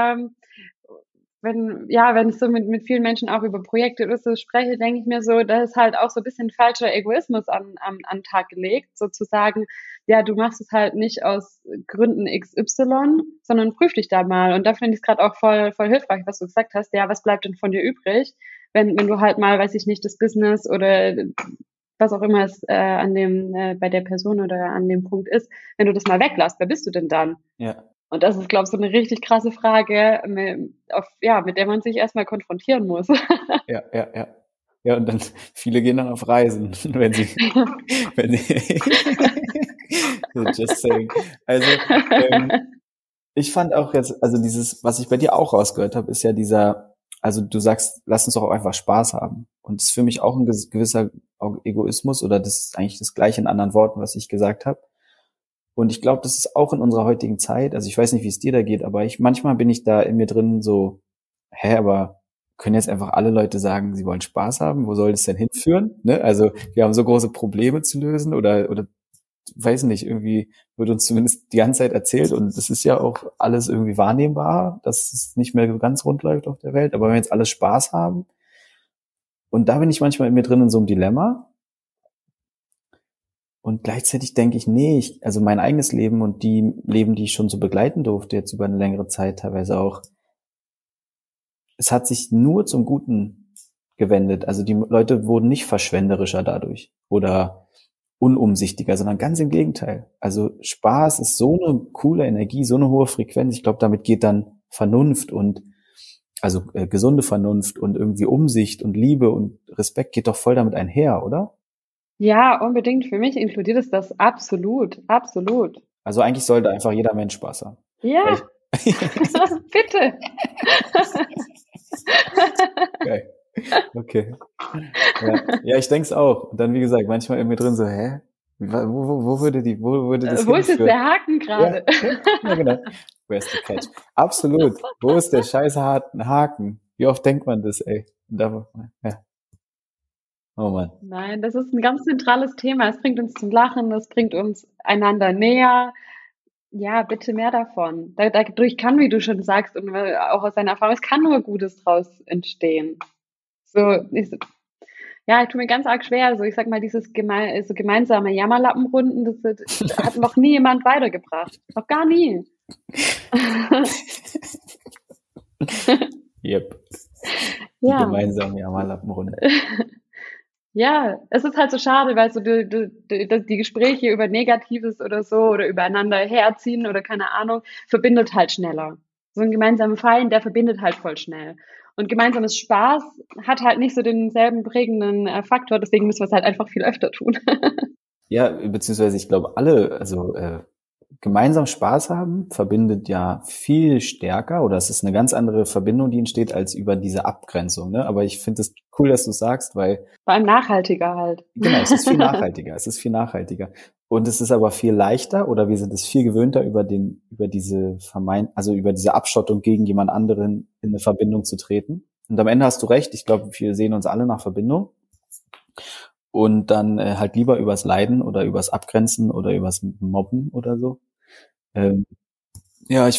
A: wenn ich so mit vielen Menschen auch über Projekte oder so spreche, denke ich mir so, da ist halt auch so ein bisschen falscher Egoismus an den Tag gelegt, sozusagen, ja, du machst es halt nicht aus Gründen XY, sondern prüf dich da mal. Und da finde ich es gerade auch voll hilfreich, was du gesagt hast. Ja, was bleibt denn von dir übrig, wenn du halt mal, weiß ich nicht, das Business oder was auch immer es bei der Person oder an dem Punkt ist, wenn du das mal weglässt, wer bist du denn dann?
B: ja,
A: Und das ist, glaube ich, so eine richtig krasse Frage, mit der man sich erstmal konfrontieren muss.
B: ja. Ja, und dann viele gehen dann auf Reisen, wenn sie just saying. Also ich fand auch jetzt, also dieses, was ich bei dir auch rausgehört habe, ist ja also du sagst, lass uns doch auch einfach Spaß haben. Und das ist für mich auch ein gewisser Egoismus oder das ist eigentlich das Gleiche in anderen Worten, was ich gesagt habe. Und ich glaube, das ist auch in unserer heutigen Zeit, also ich weiß nicht, wie es dir da geht, aber manchmal bin ich da in mir drin so, aber können jetzt einfach alle Leute sagen, sie wollen Spaß haben. Wo soll das denn hinführen? Ne? Also wir haben so große Probleme zu lösen oder weiß nicht, irgendwie wird uns zumindest die ganze Zeit erzählt und das ist ja auch alles irgendwie wahrnehmbar, dass es nicht mehr so ganz rund läuft auf der Welt. Aber wenn wir jetzt alles Spaß haben, und da bin ich manchmal in mir drin in so einem Dilemma. Und gleichzeitig denke ich, nee, also mein eigenes Leben und die Leben, die ich schon so begleiten durfte, jetzt über eine längere Zeit teilweise auch, es hat sich nur zum Guten gewendet. Also die Leute wurden nicht verschwenderischer dadurch oder unumsichtiger, sondern ganz im Gegenteil. Also Spaß ist so eine coole Energie, so eine hohe Frequenz. Ich glaube, damit geht dann Vernunft und also gesunde Vernunft und irgendwie Umsicht und Liebe und Respekt geht doch voll damit einher, oder?
A: Ja, unbedingt. Für mich inkludiert es das absolut, absolut.
B: Also eigentlich sollte einfach jeder Mensch Spaß haben.
A: Ja, bitte.
B: Geil. Okay. Ja, ich denke es auch. Und dann, wie gesagt, manchmal in mir drin so, hä? Wo würde das
A: Wo ist jetzt
B: hinführen?
A: der Haken gerade?
B: Ja, genau. Where's the catch? Absolut. Wo ist der scheiß Haken? Wie oft denkt man das, ey? Ja. Oh Mann.
A: Nein, das ist ein ganz zentrales Thema. Es bringt uns zum Lachen, es bringt uns einander näher. Ja, bitte mehr davon. Dadurch kann, wie du schon sagst, und auch aus deiner Erfahrung, es kann nur Gutes draus entstehen. Ich tue mir ganz arg schwer. Also ich sag mal, so gemeinsame Jammerlappenrunden, das hat noch nie jemand weitergebracht. Noch gar nie.
B: Yep. Die
A: Ja.
B: gemeinsame Jammerlappenrunde.
A: Ja, es ist halt so schade, weil so die Gespräche über Negatives oder so oder übereinander herziehen oder keine Ahnung, verbindet halt schneller. So ein gemeinsamer Feiern, der verbindet halt voll schnell. Und gemeinsames Spaß hat halt nicht so denselben prägenden Faktor, deswegen müssen wir es halt einfach viel öfter tun.
B: Ja, beziehungsweise ich glaube gemeinsam Spaß haben verbindet ja viel stärker oder es ist eine ganz andere Verbindung, die entsteht als über diese Abgrenzung. Ne? Aber ich finde es cool, dass du sagst, weil
A: Vor allem nachhaltiger halt.
B: genau, es ist viel nachhaltiger. Es ist viel nachhaltiger. Und es ist aber viel leichter oder wir sind es viel gewöhnter, über diese über diese Abschottung gegen jemand anderen in eine Verbindung zu treten. Und am Ende hast du recht. Ich glaube, wir sehen uns alle nach Verbindung. Und dann halt lieber übers Leiden oder übers Abgrenzen oder übers Mobben oder so. Ja, ich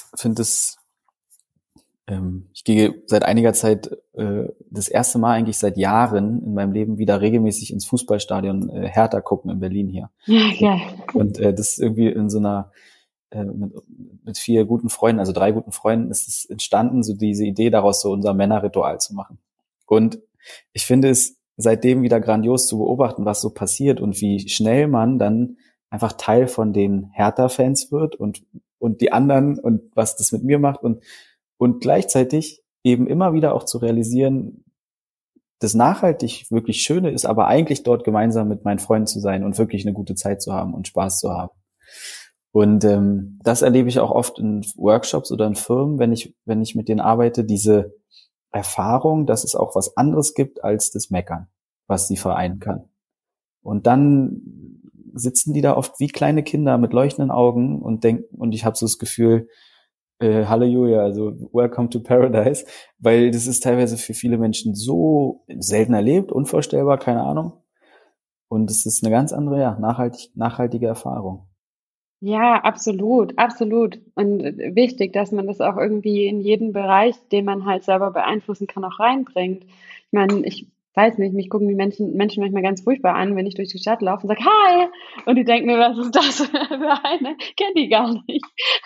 B: ich gehe seit einiger Zeit das erste Mal eigentlich seit Jahren in meinem Leben wieder regelmäßig ins Fußballstadion Hertha gucken in Berlin hier.
A: Ja.
B: Und das ist irgendwie in so einer mit 4 guten Freunden, also 3 guten Freunden, ist es entstanden, so diese Idee daraus so unser Männerritual zu machen. Und ich finde es seitdem wieder grandios zu beobachten, was so passiert und wie schnell man dann einfach Teil von den Hertha-Fans wird und die anderen und was das mit mir macht und gleichzeitig eben immer wieder auch zu realisieren, das nachhaltig wirklich Schöne ist, aber eigentlich dort gemeinsam mit meinen Freunden zu sein und wirklich eine gute Zeit zu haben und Spaß zu haben. Und das erlebe ich auch oft in Workshops oder in Firmen, wenn ich mit denen arbeite, diese Erfahrung, dass es auch was anderes gibt als das Meckern, was sie vereinen kann. Und dann sitzen die da oft wie kleine Kinder mit leuchtenden Augen und denken, und ich habe so das Gefühl, Halleluja, also Welcome to Paradise, weil das ist teilweise für viele Menschen so selten erlebt, unvorstellbar, keine Ahnung. Und es ist eine ganz andere, ja, nachhaltige Erfahrung.
A: Ja, absolut, absolut. Und wichtig, dass man das auch irgendwie in jeden Bereich, den man halt selber beeinflussen kann, auch reinbringt. Ich meine, ich weiß nicht, mich gucken die Menschen manchmal ganz furchtbar an, wenn ich durch die Stadt laufe und sage, hi! Und die denken mir, was ist das für eine? Kenn die gar nicht.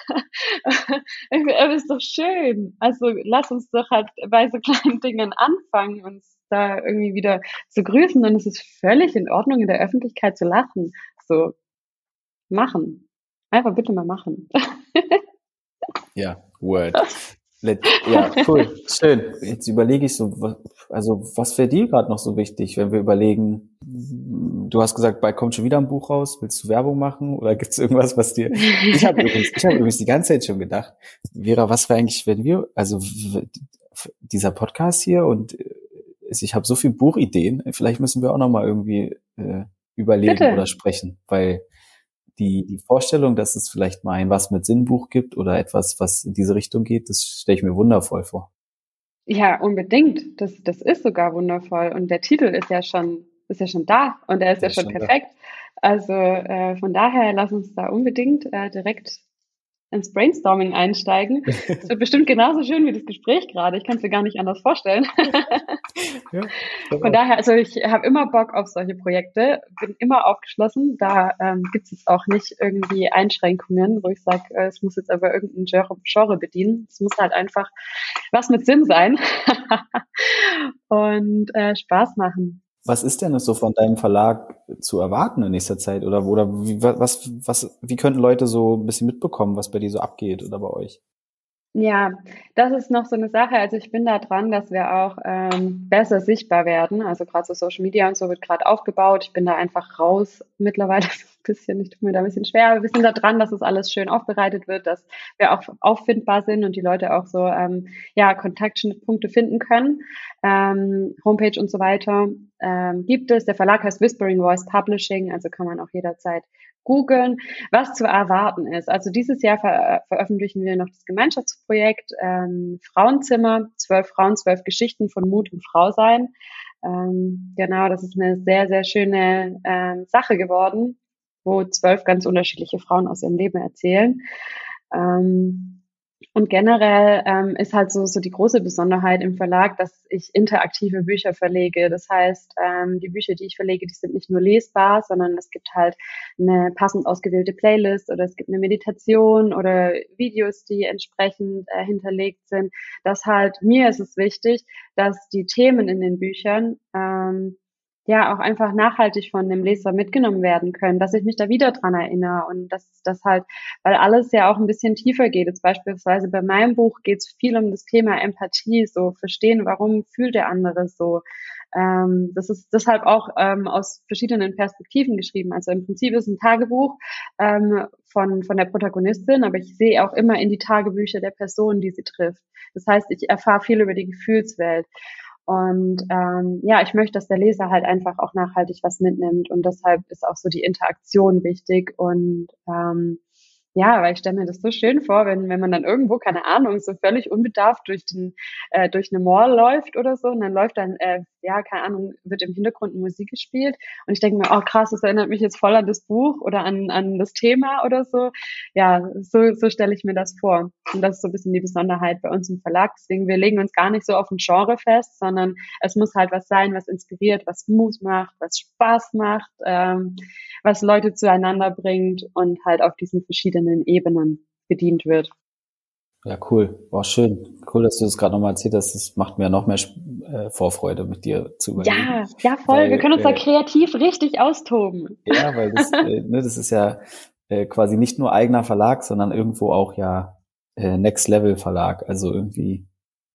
A: Aber ist doch schön. Also lass uns doch halt bei so kleinen Dingen anfangen, uns da irgendwie wieder zu grüßen. Und es ist völlig in Ordnung, in der Öffentlichkeit zu lachen. So, machen. Einfach bitte mal machen.
B: Ja, Word. Ja, cool, schön. Jetzt überlege ich so, was wäre dir gerade noch so wichtig, wenn wir überlegen, du hast gesagt, bald kommt schon wieder ein Buch raus, willst du Werbung machen oder gibt es irgendwas, was dir... Ich habe übrigens die ganze Zeit schon gedacht, Vera, was wäre eigentlich, wenn wir, also dieser Podcast hier und ich habe so viele Buchideen, vielleicht müssen wir auch nochmal irgendwie überlegen
A: Bitte.
B: oder sprechen, weil die Vorstellung, dass es vielleicht mal ein Was mit Sinnbuch gibt oder etwas, was in diese Richtung geht, das stelle ich mir wundervoll vor.
A: Ja, unbedingt. Das ist sogar wundervoll. Und der Titel ist ja schon da und er ist
B: Der
A: ja
B: ist
A: schon
B: schon da.
A: perfekt. Also von daher lass uns da unbedingt direkt ins Brainstorming einsteigen. Es wird bestimmt genauso schön wie das Gespräch gerade. Ich kann es mir gar nicht anders vorstellen.
B: Ja, ich glaube
A: Von
B: auch.
A: daher, also ich habe immer Bock auf solche Projekte, bin immer aufgeschlossen. Da gibt es auch nicht irgendwie Einschränkungen, wo ich sage, es muss jetzt aber irgendein Genre bedienen. Es muss halt einfach was mit Sinn sein und Spaß machen.
B: Was ist denn so von deinem Verlag zu erwarten in nächster Zeit? Oder wie könnten Leute so ein bisschen mitbekommen, was bei dir so abgeht oder bei euch?
A: Ja, das ist noch so eine Sache. Also ich bin da dran, dass wir auch besser sichtbar werden. Also gerade so Social Media und so wird gerade aufgebaut. Ich bin da einfach raus mittlerweile. Das ist ein bisschen, ich tue mir da ein bisschen schwer. Aber wir sind da dran, dass es alles schön aufbereitet wird, dass wir auch auffindbar sind und die Leute auch so ja Kontaktpunkte finden können. Homepage und so weiter gibt es. Der Verlag heißt Whispering Voice Publishing, also kann man auch jederzeit googeln, was zu erwarten ist. Also dieses Jahr veröffentlichen wir noch das Gemeinschaftsprojekt Frauenzimmer, 12 Frauen, 12 Geschichten von Mut und Frausein. Genau, das ist eine sehr, sehr schöne Sache geworden, wo 12 ganz unterschiedliche Frauen aus ihrem Leben erzählen. Ähm, und generell ist halt so die große Besonderheit im Verlag, dass ich interaktive Bücher verlege. Das heißt, die Bücher, die ich verlege, die sind nicht nur lesbar, sondern es gibt halt eine passend ausgewählte Playlist oder es gibt eine Meditation oder Videos, die entsprechend hinterlegt sind. Das halt, mir ist es wichtig, dass die Themen in den Büchern ja auch einfach nachhaltig von dem Leser mitgenommen werden können, dass ich mich da wieder dran erinnere und dass das halt, weil alles ja auch ein bisschen tiefer geht. Jetzt beispielsweise bei meinem Buch geht es viel um das Thema Empathie, so verstehen, warum fühlt der andere so. Das ist deshalb auch aus verschiedenen Perspektiven geschrieben. Also im Prinzip ist ein Tagebuch von der Protagonistin, aber ich sehe auch immer in die Tagebücher der Person, die sie trifft. Das heißt, ich erfahre viel über die Gefühlswelt. Und ja, ich möchte, dass der Leser halt einfach auch nachhaltig was mitnimmt. Und deshalb ist auch so die Interaktion wichtig. Und ja, weil ich stelle mir das so schön vor, wenn man dann irgendwo, keine Ahnung, so völlig unbedarft durch eine Mall läuft oder so und dann läuft dann, ja, keine Ahnung, wird im Hintergrund Musik gespielt und ich denke mir, oh krass, das erinnert mich jetzt voll an das Buch oder an das Thema oder so. Ja, so stelle ich mir das vor. Und das ist so ein bisschen die Besonderheit bei uns im Verlag. Deswegen, wir legen uns gar nicht so auf ein Genre fest, sondern es muss halt was sein, was inspiriert, was Mut macht, was Spaß macht, was Leute zueinander bringt und halt auf diesen verschiedenen Ebenen bedient wird.
B: Ja, cool. War schön. Cool, dass du das gerade nochmal erzählt hast. Das macht mir noch mehr Vorfreude, mit dir zu überlegen.
A: Ja, ja, voll. Wir
B: Weil,
A: können uns da kreativ richtig austoben.
B: ja, weil das ist ja quasi nicht nur eigener Verlag, sondern irgendwo auch ja Next Level Verlag. Also irgendwie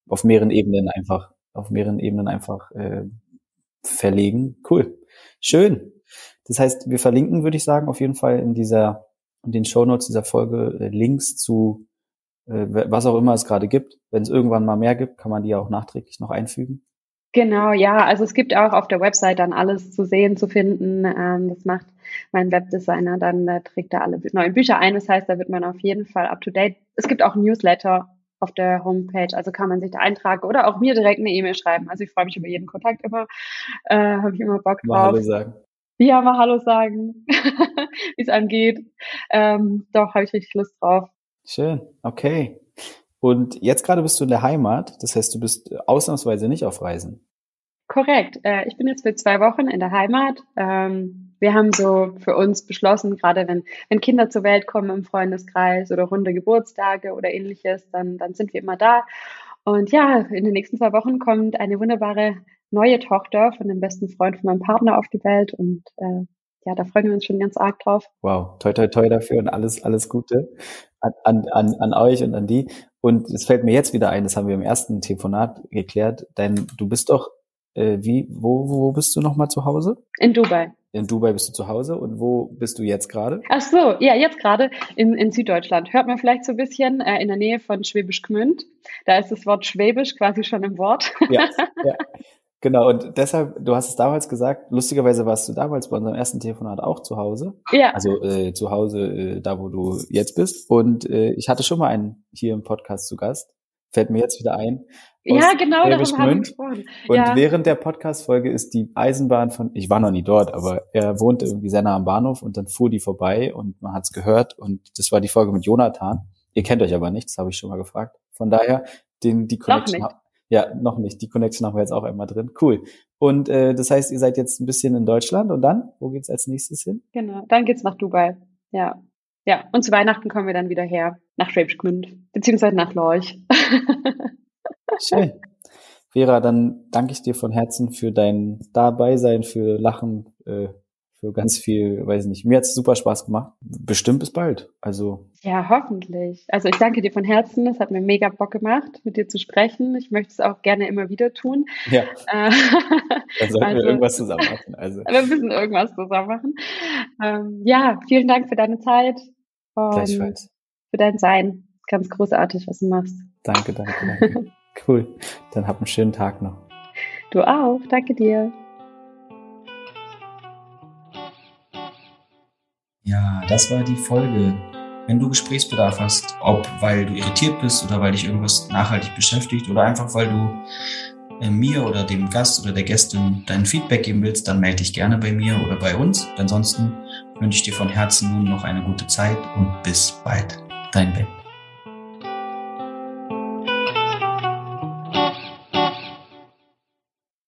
B: auf mehreren Ebenen einfach verlegen. Cool. Schön. Das heißt, wir verlinken, würde ich sagen, auf jeden Fall in den Shownotes dieser Folge Links zu was auch immer es gerade gibt. Wenn es irgendwann mal mehr gibt, kann man die ja auch nachträglich noch einfügen.
A: Genau, ja. Also es gibt auch auf der Website dann alles zu sehen, zu finden. Das macht mein Webdesigner dann, der trägt da alle neuen Bücher ein. Das heißt, da wird man auf jeden Fall up to date. Es gibt auch Newsletter auf der Homepage, also kann man sich da eintragen oder auch mir direkt eine E-Mail schreiben. Also ich freue mich über jeden Kontakt immer, habe ich immer Bock
B: Mal
A: drauf.
B: Hallo sagen.
A: Ja, mal Hallo sagen, wie es einem geht. Doch, habe ich richtig Lust drauf.
B: Schön. Okay. Und jetzt gerade bist du in der Heimat. Das heißt, du bist ausnahmsweise nicht auf Reisen.
A: Korrekt. Ich bin jetzt für 2 Wochen in der Heimat. Wir haben so für uns beschlossen, gerade wenn Kinder zur Welt kommen im Freundeskreis oder runde Geburtstage oder ähnliches, dann sind wir immer da. Und ja, in den nächsten 2 Wochen kommt eine wunderbare neue Tochter von dem besten Freund von meinem Partner auf die Welt. Und ja, da freuen wir uns schon ganz arg drauf.
B: Wow. Toi, toi, toi dafür und alles Gute an euch und an die. Und es fällt mir jetzt wieder ein, das haben wir im ersten Telefonat geklärt, du bist doch, wo bist du nochmal zu Hause?
A: In Dubai.
B: In Dubai bist du zu Hause und wo bist du jetzt gerade?
A: Ach so, ja, jetzt gerade in Süddeutschland. Hört man vielleicht so ein bisschen in der Nähe von Schwäbisch Gmünd. Da ist das Wort Schwäbisch quasi schon im Wort.
B: Ja, ja. Genau, und deshalb, du hast es damals gesagt, lustigerweise warst du damals bei unserem ersten Telefonat auch zu Hause.
A: Ja.
B: Also zu Hause, da wo du jetzt bist. Und ich hatte schon mal einen hier im Podcast zu Gast. fällt mir jetzt wieder ein,
A: Ja,
B: aus
A: genau,
B: Schwäbisch
A: darüber haben wir
B: Gmünd.
A: gesprochen.
B: Und
A: Ja,
B: während der Podcast-Folge ist die Eisenbahn ich war noch nie dort, aber er wohnte irgendwie sehr nah am Bahnhof und dann fuhr die vorbei und man hat's gehört und das war die Folge mit Jonathan. Ihr kennt euch aber nicht, das habe ich schon mal gefragt. Von daher, die
A: noch
B: Connection,
A: nicht.
B: ja, noch nicht. Die Connection haben wir jetzt auch einmal drin. Cool. Und das heißt, ihr seid jetzt ein bisschen in Deutschland und dann, wo geht's als nächstes hin?
A: Genau, dann geht's nach Dubai. Ja. Ja, und zu Weihnachten kommen wir dann wieder her, nach Schwäbisch Gmünd, beziehungsweise nach Lorch.
B: Schön. Vera, dann danke ich dir von Herzen für dein Dabeisein, für Lachen, für ganz viel, weiß nicht. Mir hat's super Spaß gemacht. Bestimmt bis bald. Also
A: Ja, hoffentlich. Also ich danke dir von Herzen. Es hat mir mega Bock gemacht, mit dir zu sprechen. Ich möchte es auch gerne immer wieder tun.
B: ja,
A: Äh,
B: dann sollten wir
A: Also,
B: irgendwas zusammen machen. Also
A: wir müssen irgendwas zusammen machen. Ja, vielen Dank für deine Zeit und
B: gleichfalls.
A: für dein Sein. Ganz großartig, was du machst.
B: Danke, danke, danke. Cool. Dann hab einen schönen Tag noch.
A: Du auch. Danke dir.
B: Ja, das war die Folge. Wenn du Gesprächsbedarf hast, ob weil du irritiert bist oder weil dich irgendwas nachhaltig beschäftigt oder einfach weil du mir oder dem Gast oder der Gästin dein Feedback geben willst, dann melde dich gerne bei mir oder bei uns. Ansonsten wünsche ich dir von Herzen nun noch eine gute Zeit und bis bald. Dein Ben.